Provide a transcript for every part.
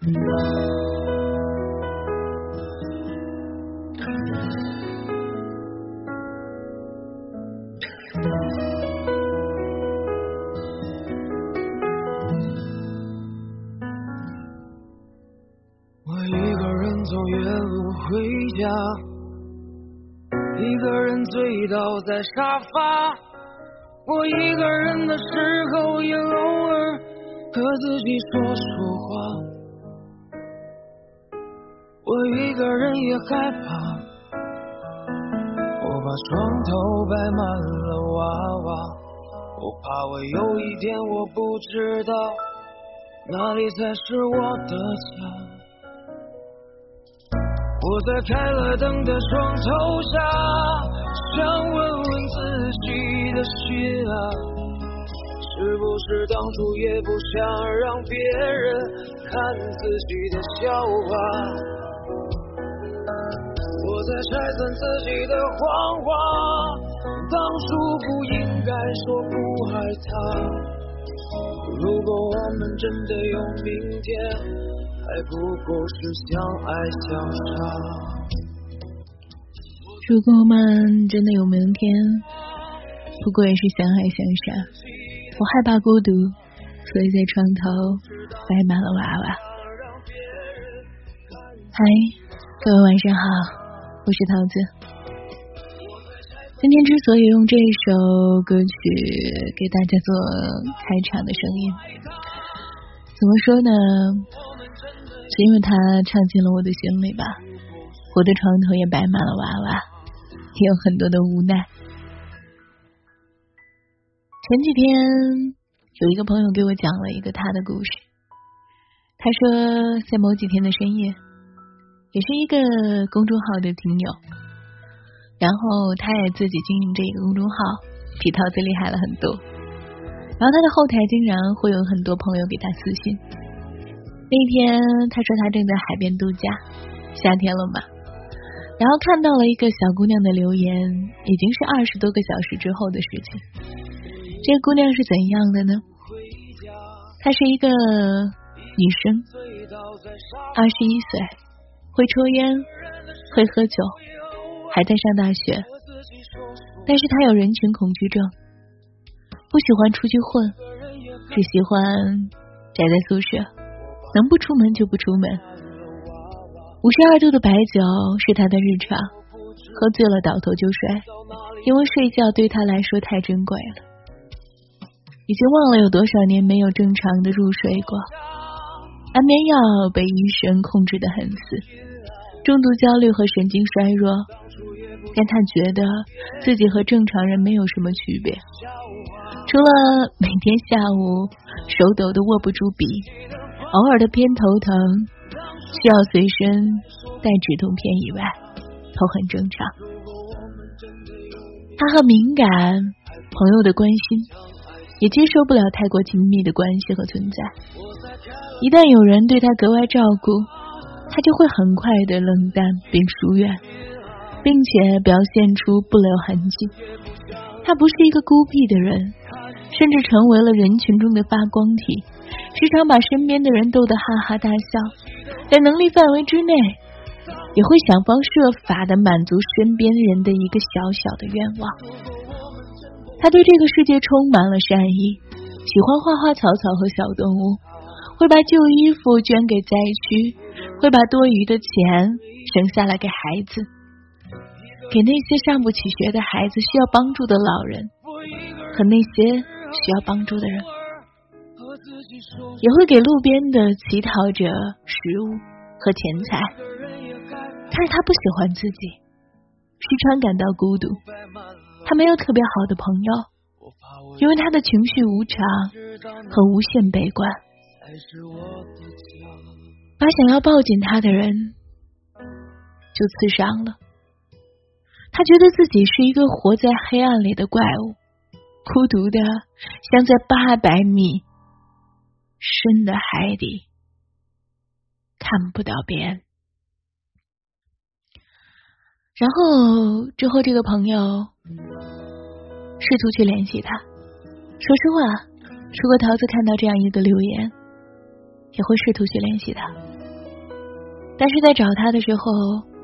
我一个人走夜路回家，一个人醉倒在沙发，我一个人的时候也偶尔和自己说说话，我一个人也害怕，我把床头摆满了娃娃，我怕我有一天我不知道哪里才是我的家。我在开了灯的床头下，想问问自己的心啊，是不是当初也不想让别人看自己的笑话。我在拆散自己的谎话，当初不应该说不害他。如果我们真的有明天，还不过是相爱相杀。 如果我们真的有明天，不过也是相爱相杀。我害怕孤独，所以在床头摆满了娃娃。嗨，各位晚上好，我是桃子。今天之所以用这首歌曲给大家做开场的声音，怎么说呢，是因为它唱进了我的心里吧。我的床头也摆满了娃娃，也有很多的无奈。前几天有一个朋友给我讲了一个他的故事，他说在某几天的深夜，也是一个公众号的听友，然后他也自己经营这个公众号，比桃子厉害了很多，然后他的后台经常会有很多朋友给他私信。那天他说他正在海边度假，夏天了嘛，然后看到了一个小姑娘的留言，已经是20多个小时之后的事情。这个姑娘是怎样的呢？她是一个女生，21岁，会抽烟，会喝酒，还在上大学，但是她有人群恐惧症，不喜欢出去混，只喜欢宅在宿舍，能不出门就不出门。52度的白酒是他的日常，喝醉了倒头就睡，因为睡觉对他来说太珍贵了。已经忘了有多少年没有正常的入睡过，安眠药被医生控制得很死，重度焦虑和神经衰弱，但他觉得自己和正常人没有什么区别，除了每天下午手抖的握不住笔，偶尔的偏头疼，需要随身带止痛片以外，都很正常。他很敏感朋友的关心，也接受不了太过亲密的关系和存在。一旦有人对他格外照顾，他就会很快的冷淡并疏远，并且表现出不留痕迹。他不是一个孤僻的人，甚至成为了人群中的发光体，时常把身边的人逗得哈哈大笑，在能力范围之内，也会想方设法地满足身边人的一个小小的愿望。他对这个世界充满了善意，喜欢花花草草和小动物，会把旧衣服捐给灾区，会把多余的钱省下来给孩子，给那些上不起学的孩子，需要帮助的老人和那些需要帮助的人，也会给路边的乞讨者食物和钱财。但是他不喜欢自己，时常感到孤独。他没有特别好的朋友，因为他的情绪无常和无限悲观，把想要抱紧他的人就刺伤了。他觉得自己是一个活在黑暗里的怪物，孤独的像在800米深的海底，看不到边。然后之后这个朋友试图去联系他，说实话，如果桃子看到这样一个留言，也会试图去联系他。 但是在找他的时候，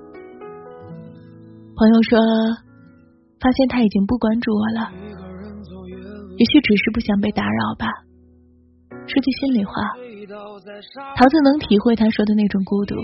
朋友说发现他已经不关注我了，也许只是不想被打扰吧。说句心里话，桃子能体会他说的那种孤独，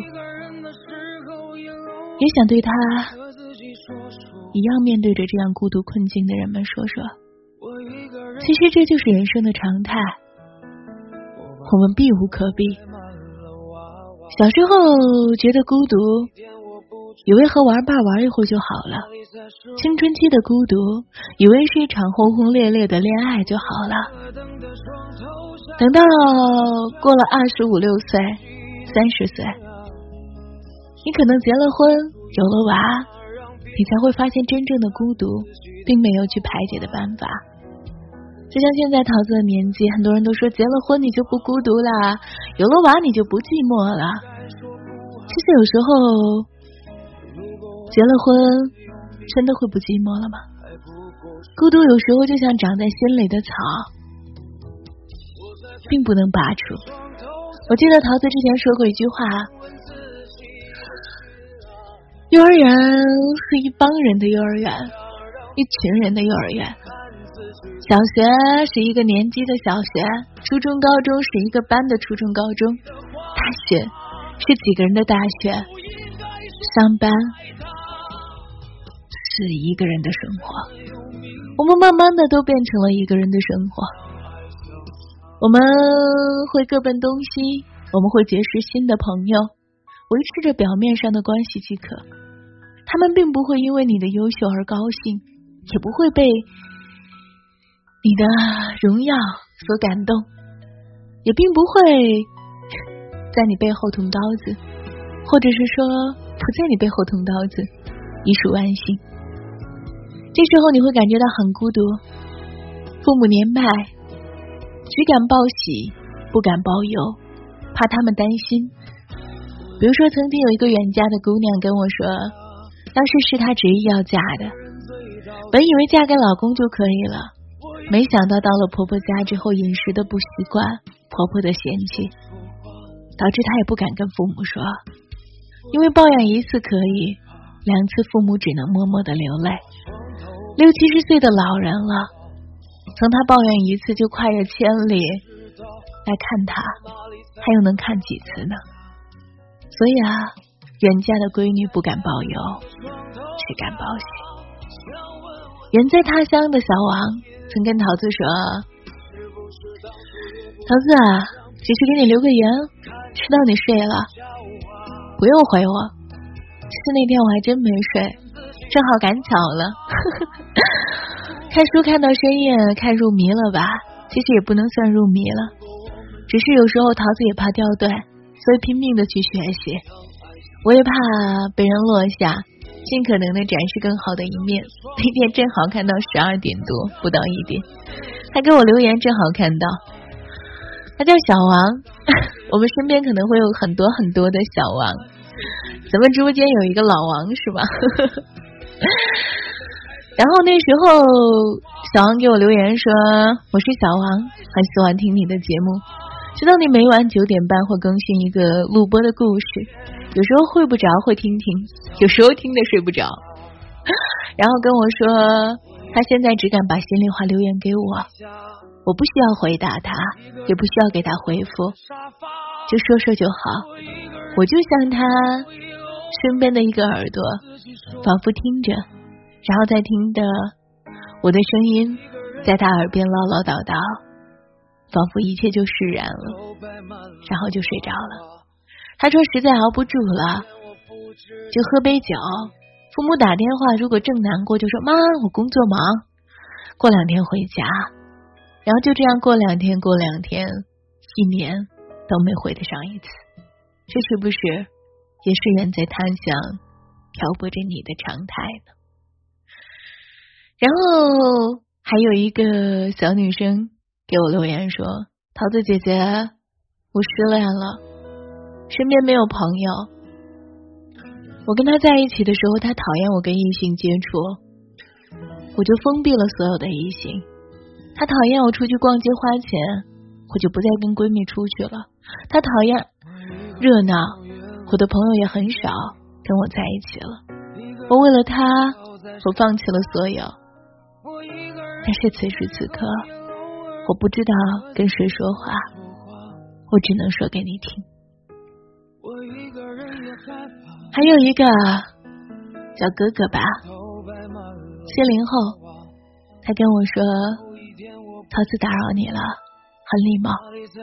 也想对他一样面对着这样孤独困境的人们说说，其实这就是人生的常态，我们避无可避。小时候觉得孤独，以为和玩伴玩一会儿就好了，青春期的孤独以为是一场轰轰烈烈的恋爱就好了，等到过了25、6岁、30岁，你可能结了婚，有了娃，你才会发现真正的孤独并没有去排解的办法。就像现在桃子的年纪，很多人都说结了婚你就不孤独啦，有了娃你就不寂寞了。其实有时候结了婚真的会不寂寞了吗？孤独有时候就像长在心里的草，并不能拔除。我记得桃子之前说过一句话，幼儿园是一帮人的幼儿园，一群人的幼儿园，小学是一个年级的小学，初中高中是一个班的初中高中，大学是几个人的大学，上班是一个人的生活。我们慢慢的都变成了一个人的生活，我们会各奔东西，我们会结识新的朋友，维持着表面上的关系即可。他们并不会因为你的优秀而高兴，也不会被你的荣耀所感动，也并不会在你背后捅刀子，或者是说不在你背后捅刀子，以属安心。这时候你会感觉到很孤独，父母年迈，只敢报喜不敢报忧，怕他们担心。比如说曾经有一个远嫁的姑娘跟我说，当时是她执意要嫁的，本以为嫁给老公就可以了，没想到到了婆婆家之后，饮食的不习惯，婆婆的嫌弃，导致她也不敢跟父母说，因为抱怨一次可以，2次父母只能默默的流泪。60、70岁的老人了，从她抱怨一次就跨越千里来看她，还有能看几次呢？所以啊，远嫁的闺女不敢报忧，只敢报喜。远在他乡的小王曾跟桃子说，桃子啊，只是给你留个言，知道你睡了，不用回我。其实那天我还真没睡，正好赶巧了看书看到深夜，看入迷了吧，其实也不能算入迷了，只是有时候桃子也怕掉队，所以拼命的去学习，我也怕被人落下，尽可能的展示更好的一面。那天正好看到12点多，不到1点，他给我留言，正好看到。他叫小王我们身边可能会有很多很多的小王，咱们直播间有一个老王是吧然后那时候小王给我留言说，我是小王，很喜欢听你的节目，知道你每晚9点半会更新一个录播的故事，有时候会不着会听听，有时候听得睡不着然后跟我说他现在只敢把心里话留言给我，我不需要回答他，也不需要给他回复，就说说就好。我就像他身边的一个耳朵，仿佛听着，然后再听的我的声音在他耳边唠唠叨叨，仿佛一切就释然了，然后就睡着了。他说实在熬不住了，就喝杯酒，父母打电话如果正难过就说妈我工作忙，过2天回家，然后就这样过2天过2天，1年都没回得上一次。这是不是也是远在他乡漂泊着你的常态呢？然后还有一个小女生给我留言说，桃子姐姐，我失恋了，身边没有朋友，我跟他在一起的时候，他讨厌我跟异性接触，我就封闭了所有的异性。他讨厌我出去逛街花钱，我就不再跟闺蜜出去了。他讨厌热闹，我我的朋友也很少跟我在一起了。我为了他，我放弃了所有。但是此时此刻，我不知道跟谁说话，我只能说给你听。还有一个叫哥哥吧，70后，他跟我说，桃子打扰你了，很礼貌。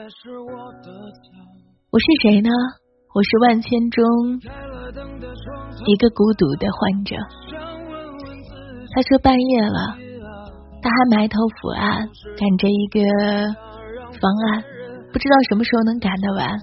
我是谁呢？我是万千中一个孤独的患者。他说半夜了，他还埋头伏案，赶着一个方案，不知道什么时候能赶得完。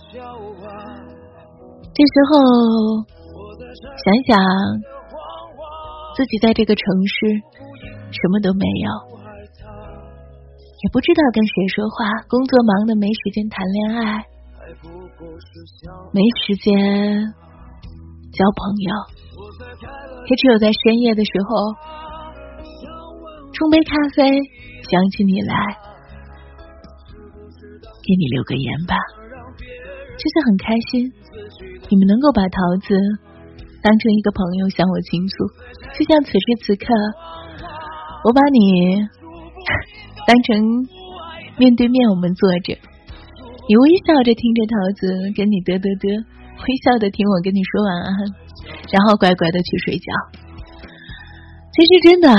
这时候想想自己在这个城市什么都没有，也不知道跟谁说话，工作忙得没时间谈恋爱，没时间交朋友，也只有在深夜的时候冲杯咖啡，想起你来，给你留个言吧。就是很开心你们能够把桃子当成一个朋友向我倾诉，就像此时此刻我把你当成面对面我们坐着，你微笑着听着桃子跟你嘚嘚嘚，微笑的听我跟你说晚安，然后乖乖的去睡觉。其实真的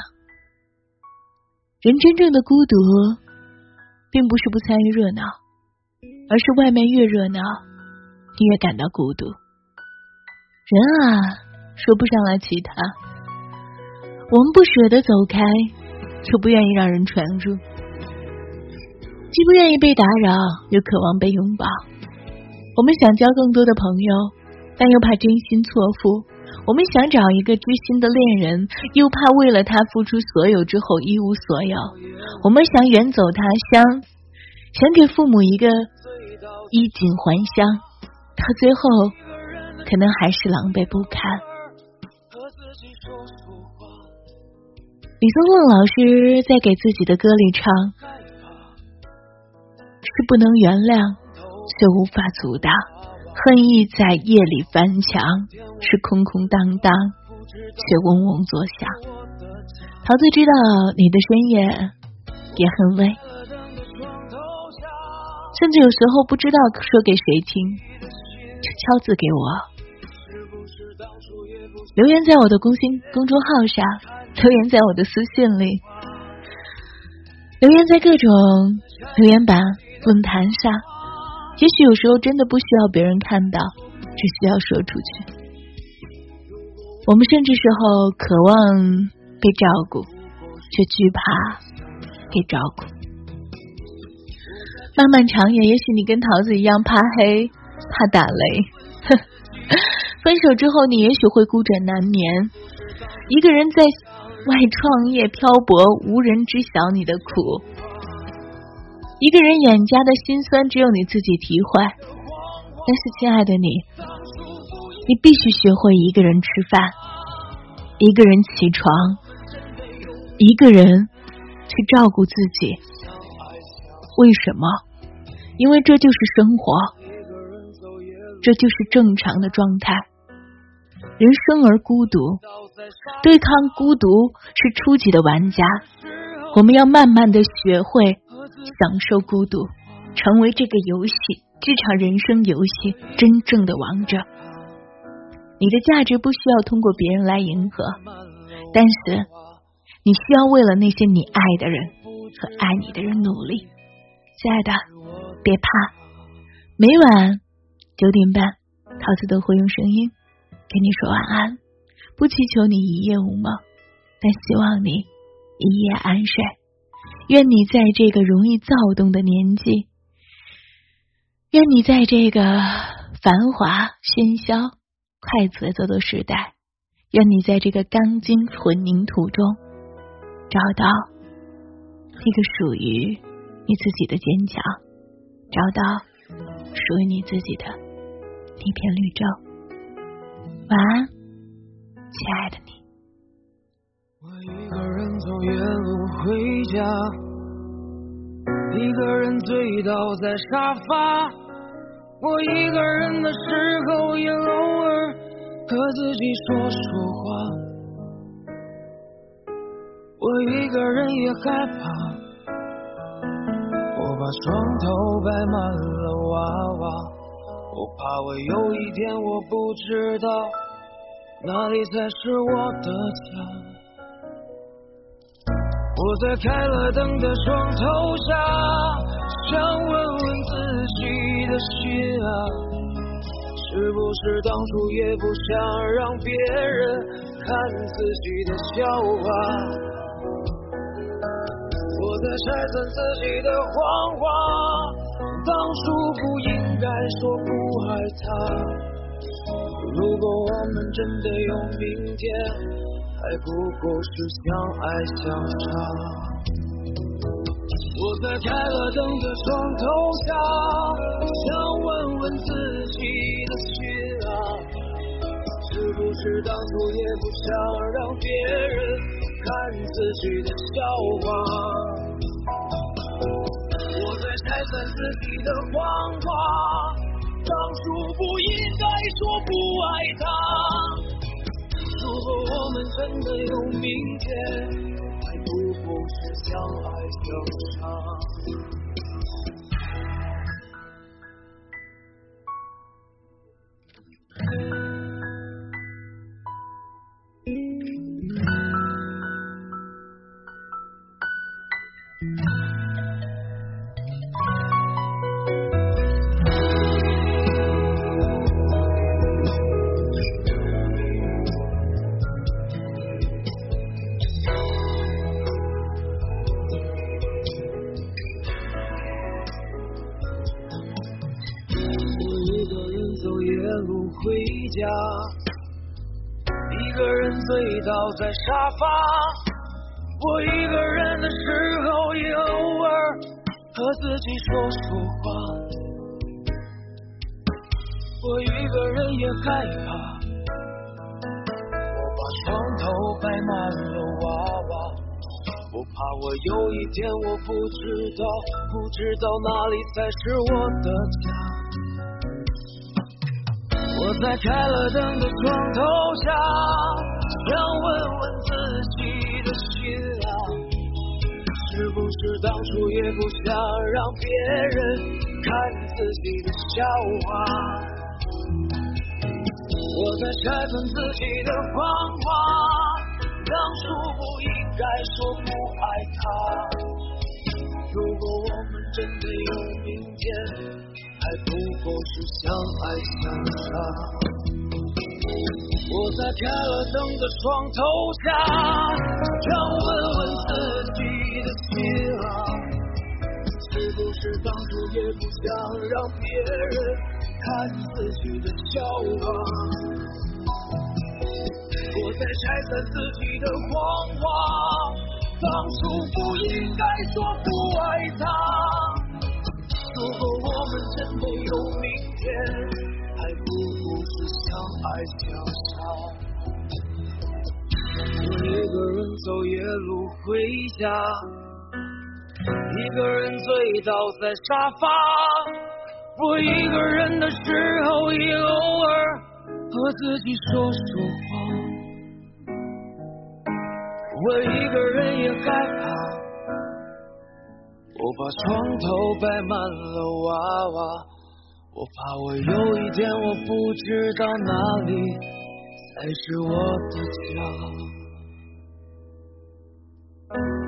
人真正的孤独并不是不参与热闹，而是外面越热闹你越感到孤独。人说不上来其他，我们不舍得走开，又不愿意让人传入，既不愿意被打扰，又渴望被拥抱。我们想交更多的朋友，但又怕真心错付。我们想找一个知心的恋人，又怕为了他付出所有之后一无所有。我们想远走他乡，想给父母一个衣锦还乡，到最后可能还是狼狈不堪。李宗盛老师在给自己的歌里唱，是不能原谅却无法阻挡，恨意在夜里翻墙，是空空荡荡却嗡嗡作响。桃子知道你的深夜也很累，甚至有时候不知道说给谁听，就敲字给我，留言在我的公众号上，留言在我的私信里，留言在各种留言板论坛上。也许有时候真的不需要别人看到，只需要说出去。我们甚至时候渴望被照顾，却惧怕被照顾。漫漫长夜，也许你跟桃子一样怕黑怕打雷分手之后你也许会孤枕难眠，一个人在外创业漂泊，无人知晓你的苦，一个人眼家的辛酸只有你自己体会。但是亲爱的你必须学会一个人吃饭，一个人起床，一个人去照顾自己。为什么？因为这就是生活，这就是正常的状态。人生而孤独，对抗孤独是初级的玩家，我们要慢慢的学会享受孤独，成为这个游戏，这场人生游戏真正的王者。你的价值不需要通过别人来迎合，但是你需要为了那些你爱的人和爱你的人努力。亲爱的，别怕，每晚9点半桃子都会用声音跟你说晚安，不祈求你一夜无梦，但希望你一夜安睡。愿你在这个容易躁动的年纪，愿你在这个繁华喧嚣快节奏的时代，愿你在这个钢筋混凝土中找到一个属于你自己的坚强，找到属于你自己的一片绿洲。晚安，亲爱的你。 我一个人走夜路回家，一个人醉倒在沙发， 我一个人的时候也偶尔和自己说说话，我一个人也害怕，我把床头摆满了娃娃，我怕我有一天我不知道哪里才是我的家。我在开了灯的床头下，想问问自己的心啊，是不是当初也不想让别人看自己的笑话。我在拆散自己的谎话，当初不应该说不爱他，如果我们真的有明天，还不过是相爱相杀。我在开了灯的床头下，想问问自己的心啊，是不是当初也不想让别人看自己的笑话。我在拆散自己的谎话，当初不应该说不爱他，如果我们真的有明天，还不过是相爱相杀。回家，一个人醉倒在沙发，我一个人的时候也偶尔和自己说说话，我一个人也害怕，我把床头摆满了娃娃，我怕我有一天我不知道哪里才是我的家。我在开了灯的床头下，想问问自己的心啊，是不是当初也不想让别人看自己的笑话。我在拆分自己的谎话，当初不应该说不爱他，如果我们真的有明天，还不过是相爱相杀。我在开了灯的床头下，想问问自己的心啊，是不是当初也不想让别人看自己的笑话。我在拆散自己的谎话，当初不应该说不爱他，如果我们真的有明天，还不过是相爱相杀。我一个人走夜路回家，一个人醉倒在沙发，我一个人的时候也偶尔和自己说说话，我一个人也害怕，我把床头摆满了娃娃，我怕我有一天我不知道哪里才是我的家。